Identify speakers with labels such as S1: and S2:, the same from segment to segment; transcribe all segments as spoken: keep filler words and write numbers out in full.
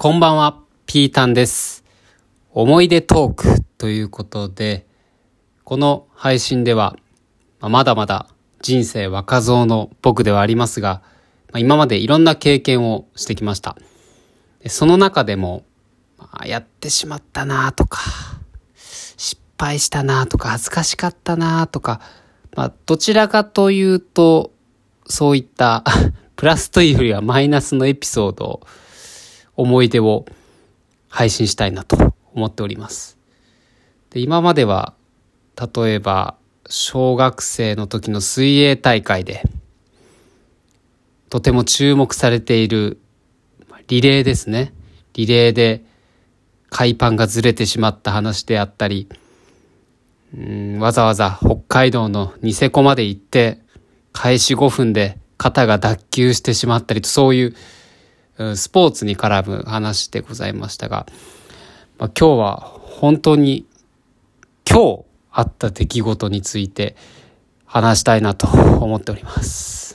S1: こんばんは、ピータンです。思い出トークということで、この配信では、まだまだ人生若造の僕ではありますが、今までいろんな経験をしてきました。その中でも、やってしまったなとか、失敗したなとか、恥ずかしかったなとか、まあ、どちらかというと、そういったプラスというよりはマイナスのエピソードを、思い出を配信したいなと思っております。で、今までは例えば小学生の時の水泳大会でとても注目されているリレーですね。リレーで海パンがずれてしまった話であったり、うーんわざわざ北海道のニセコまで行って開始ごふんで肩が脱臼してしまったりと、そういうスポーツに絡む話でございましたが、まあ、今日は本当に今日あった出来事について話したいなと思っております。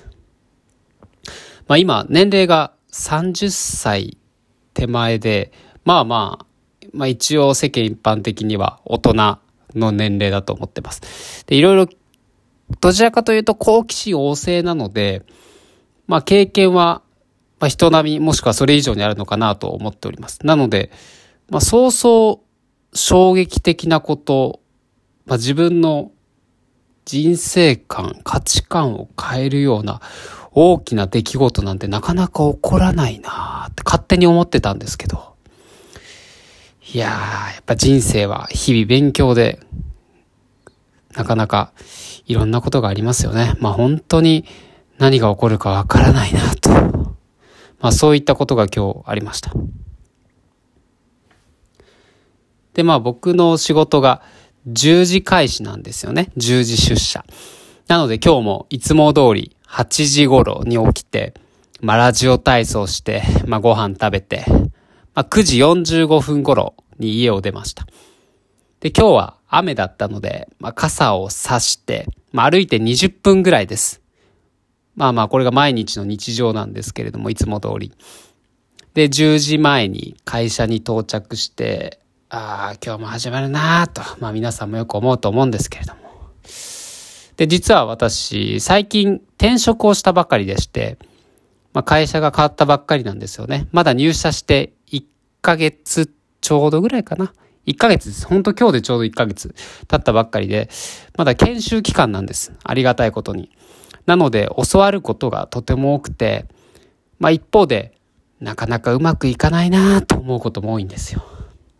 S1: まあ、今年齢がさんじゅっさい手前で、まあまあ、まあ一応世間一般的には大人の年齢だと思ってます。で、いろいろどちらかというと好奇心旺盛なので、まあ経験はまあ、人並みもしくはそれ以上にあるのかなと思っております。なので、まあ、そうそう衝撃的なこと、まあ、自分の人生観、価値観を変えるような大きな出来事なんてなかなか起こらないなって勝手に思ってたんですけど、いやー、やっぱ人生は日々勉強で、なかなかいろんなことがありますよね。まあ本当に何が起こるかわからないなと。まあそういったことが今日ありました。で、まあ僕の仕事がじゅうじ開始なんですよね。じゅうじ出社。なので今日もいつも通りはちじ頃に起きて、まあラジオ体操して、まあご飯食べて、まあくじよんじゅうごふん頃に家を出ました。で、今日は雨だったので、まあ傘を差して、まあ歩いてにじゅっぷんぐらいです。まあまあこれが毎日の日常なんですけれども、いつも通り。で、じゅうじまえに会社に到着して、ああ、今日も始まるなーと、まあ皆さんもよく思うと思うんですけれども。で、実は私、最近転職をしたばかりでして、まあ会社が変わったばっかりなんですよね。まだ入社していっかげつちょうどぐらいかな。いっかげつです。本当今日でちょうどいっかげつ経ったばっかりで、まだ研修期間なんです。ありがたいことに。なので教わることがとても多くて、まあ一方でなかなかうまくいかないなと思うことも多いんですよ。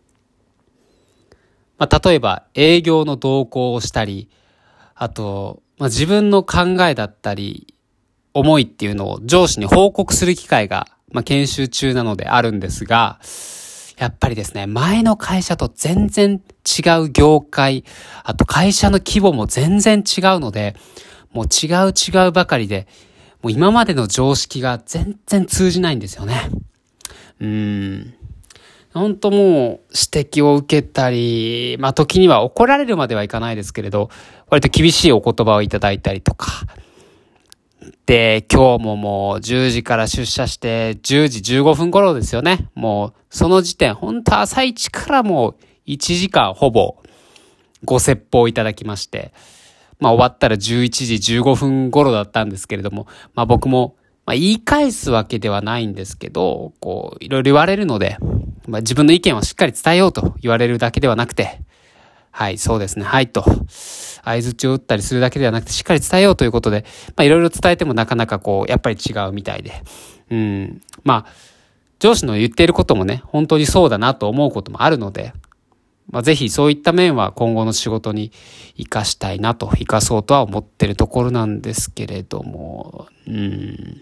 S1: まあ例えば営業の同行をしたり、あと、まあ、自分の考えだったり思いっていうのを上司に報告する機会が、まあ、研修中なのであるんですが、やっぱりですね、前の会社と全然違う業界、あと会社の規模も全然違うので、もう違う違うばかりで、もう今までの常識が全然通じないんですよね。うーん。本当もう指摘を受けたり、まあ時には怒られるまではいかないですけれど、割と厳しいお言葉をいただいたりとか。で、今日ももうじゅうじから出社してじゅうじじゅうごふん頃ですよね。もうその時点、本当朝一からもういちじかんほぼご説法いただきまして、まあ終わったらじゅういちじじゅうごふん頃だったんですけれども、まあ僕も、まあ、言い返すわけではないんですけど、こういろいろ言われるので、まあ自分の意見をしっかり伝えようと言われるだけではなくて、はい、そうですね、はいと、相槌を打ったりするだけではなくてしっかり伝えようということで、まあいろいろ伝えてもなかなかこう、やっぱり違うみたいで、うん、まあ、上司の言っていることもね、本当にそうだなと思うこともあるので、まあ、ぜひそういった面は今後の仕事に活かしたいなと、活かそうとは思ってるところなんですけれども、うん、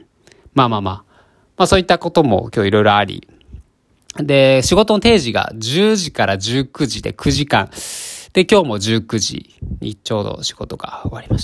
S1: まあまあまあ、まあそういったことも今日いろいろあり、で、仕事の定時がじゅうじからじゅうくじでくじかん、で、今日もじゅうくじにちょうど仕事が終わりました。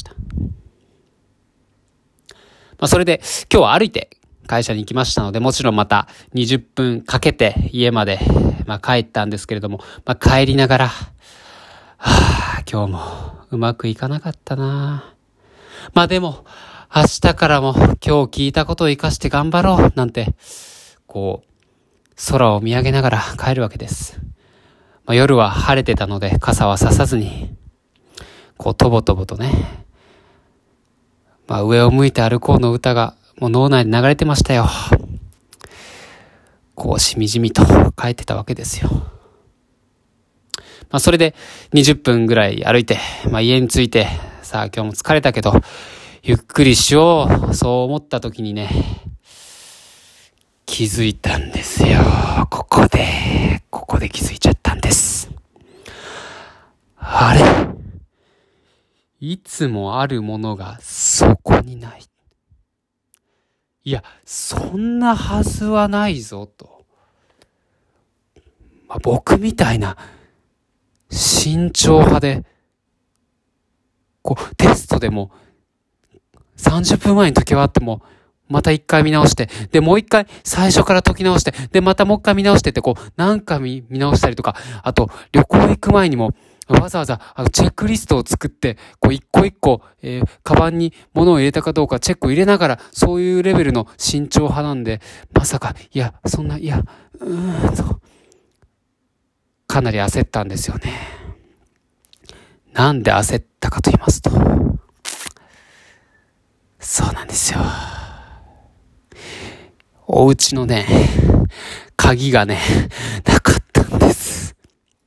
S1: まあそれで今日は歩いて会社に行きましたので、もちろんまたにじゅっぷんかけて家まで、まあ、帰ったんですけれども、まあ、帰りながら、はあ、今日もうまくいかなかったな。まあでも、明日からも今日聞いたことを生かして頑張ろうなんて、こう、 空を見上げながら帰るわけです。まあ、夜は晴れてたので傘はささずに、こうとぼとぼとね、まあ、上を向いて歩こうの歌がもう脳内で流れてましたよ。こうしみじみと書いてたわけですよ。まあ、それでにじゅっぷんぐらい歩いて、まあ、家に着いて、さあ今日も疲れたけどゆっくりしよう、そう思った時にね、気づいたんですよ。ここでここで気づいちゃったんです。あれ、いつもあるものがそこにない。いや、そんなはずはないぞと。まあ、僕みたいな慎重派で、こうテストでもさんじゅっぷんまえに解き終わってもまた一回見直して、でもう一回最初から解き直して、でまたもう一回見直してって、こう何回見直したりとか、あと旅行行く前にもわざわざあのチェックリストを作って、こう一個一個、えー、カバンに物を入れたかどうかチェックを入れながら、そういうレベルの慎重派なんで、まさかいやそんないやうーんとかなり焦ったんですよね。なんで焦ったかと言いますと、そうなんですよ。お家のね、鍵がね、なかったんです。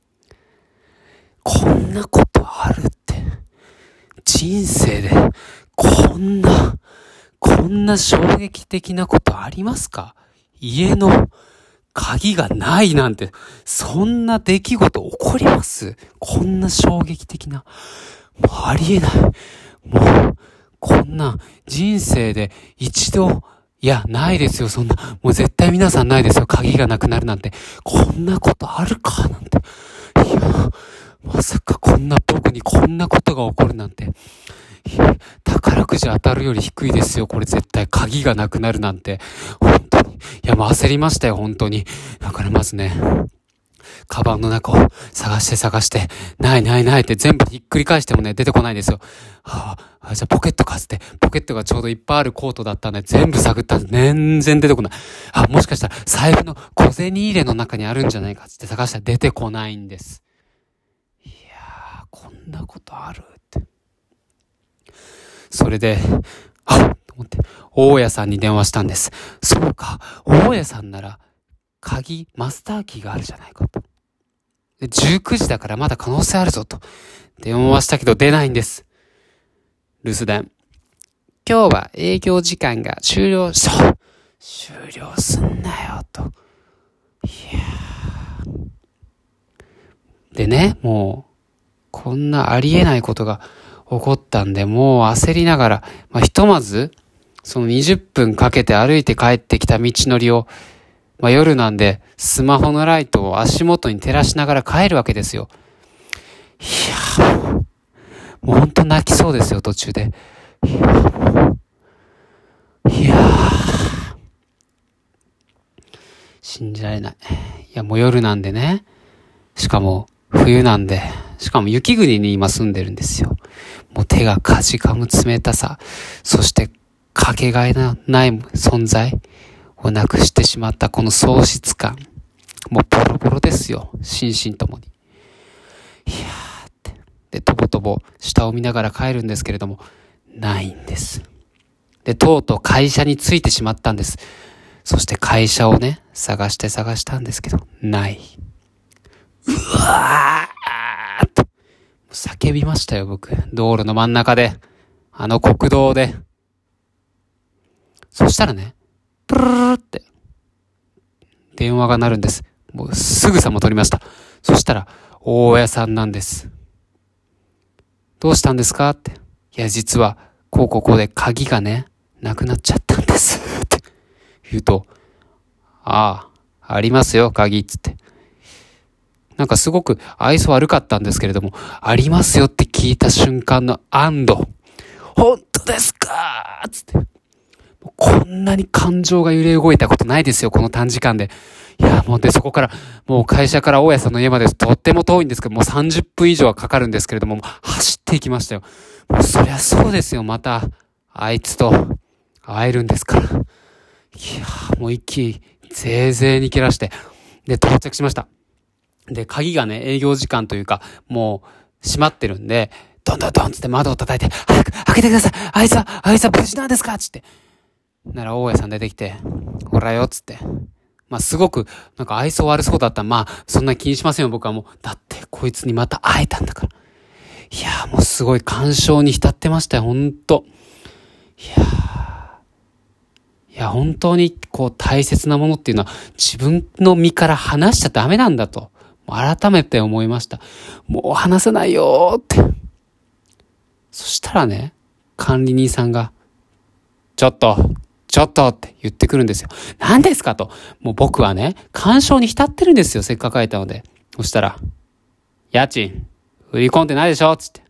S1: こんなことあるって。人生で、こんな、こんな衝撃的なことありますか？家の鍵がないなんて、そんな出来事起こります？こんな衝撃的な。もうありえない。もう、こんな人生で一度、いや、ないですよ、そんな。もう絶対皆さんないですよ、鍵がなくなるなんて。こんなことあるかなんて。いや、まさかこんな僕にこんなことが起こるなんて。いや、宝くじ当たるより低いですよ、これ絶対。鍵がなくなるなんて。本当に。いや、もう焦りましたよ、本当に。だからまずね、カバンの中を探して探して、ないないないって全部ひっくり返してもね、出てこないんですよ。はあ、じゃあポケットかつって、ポケットがちょうどいっぱいあるコートだったんで、全部探ったんで、全然出てこない。あ、もしかしたら財布の小銭入れの中にあるんじゃないかつって探したら出てこないんです。いやー、こんなことあるって。それで、あっと思って、大家さんに電話したんです。そうか、大家さんなら、鍵、マスターキーがあるじゃないかと。でじゅうくじだからまだ可能性あるぞと。電話したけど出ないんです。留守電。今日は営業時間が終了し、終了すんなよと。いやー。でね、もう、こんなありえないことが起こったんで、もう焦りながら、まあ、ひとまず、そのにじゅっぷんかけて歩いて帰ってきた道のりを、まあ、夜なんでスマホのライトを足元に照らしながら帰るわけですよ。いやもう、もうほんと泣きそうですよ、途中で。いやもう、いや信じられない。いやもう夜なんでね。しかも冬なんで、しかも雪国に今住んでるんですよ。もう手がかじかむ冷たさ、そしてかけがえのない存在をなくしてしまったこの喪失感。もうボロボロですよ、心身ともに。いやーって。で、とぼとぼ下を見ながら帰るんですけれども、ないんです。で、とうとう会社に着いてしまったんです。そして会社をね、探して探したんですけど、ない。うわーっと叫びましたよ、僕。道路の真ん中で、あの国道で。そしたらね、プルルルって電話が鳴るんです。もうすぐさま取りました。そしたら大家さんなんです。どうしたんですかって。いや実はこうこうこうで鍵がねなくなっちゃったんですって言うと、ああありますよ鍵っつって。なんかすごく愛想悪かったんですけれども、ありますよって聞いた瞬間の安堵。本当ですかっつって。こんなに感情が揺れ動いたことないですよ、この短時間で。いや、もうで、そこから、もう会社から大家さんの家までとっても遠いんですけど、もうさんじゅっぷん以上はかかるんですけれども、走っていきましたよ。もうそりゃそうですよ、また、あいつと会えるんですから。いや、もう一気ぜーぜーに蹴らして、で、到着しました。で、鍵がね、営業時間というか、もう、閉まってるんで、ドンドンドンつって窓を叩いて、早く開けてください、あいつは、あいつは無事なんですかつって。なら、大家さん出てきて、ほらよ、つって。まあ、すごく、なんか愛想悪そうだったら、まあ、そんな気にしませんよ、僕はもう。だって、こいつにまた会えたんだから。いやー、もうすごい感傷に浸ってましたよ、ほんと。いやー。いや、本当に、こう、大切なものっていうのは、自分の身から離しちゃダメなんだと。改めて思いました。もう話せないよーって。そしたらね、管理人さんが、ちょっと、ちょっとって言ってくるんですよ。何ですかと。もう僕はね、感傷に浸ってるんですよ。せっかく書いたので。そしたら、家賃、振り込んでないでしょつって。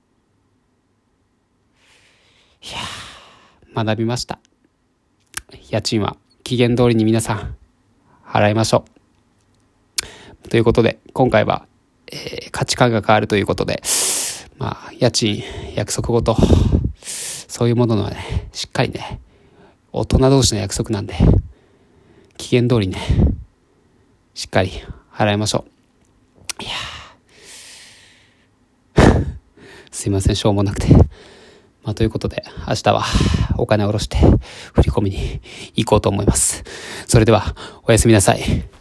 S1: いやー、学びました。家賃は期限通りに皆さん、払いましょう。ということで、今回は、えー、価値観が変わるということで、まあ、家賃、約束ごと、そういうもののね、しっかりね、大人同士の約束なんで、期限通りね、しっかり払いましょう。いやーすいません、しょうもなくて。まあ、ということで、明日はお金を下ろして振り込みに行こうと思います。それでは、おやすみなさい。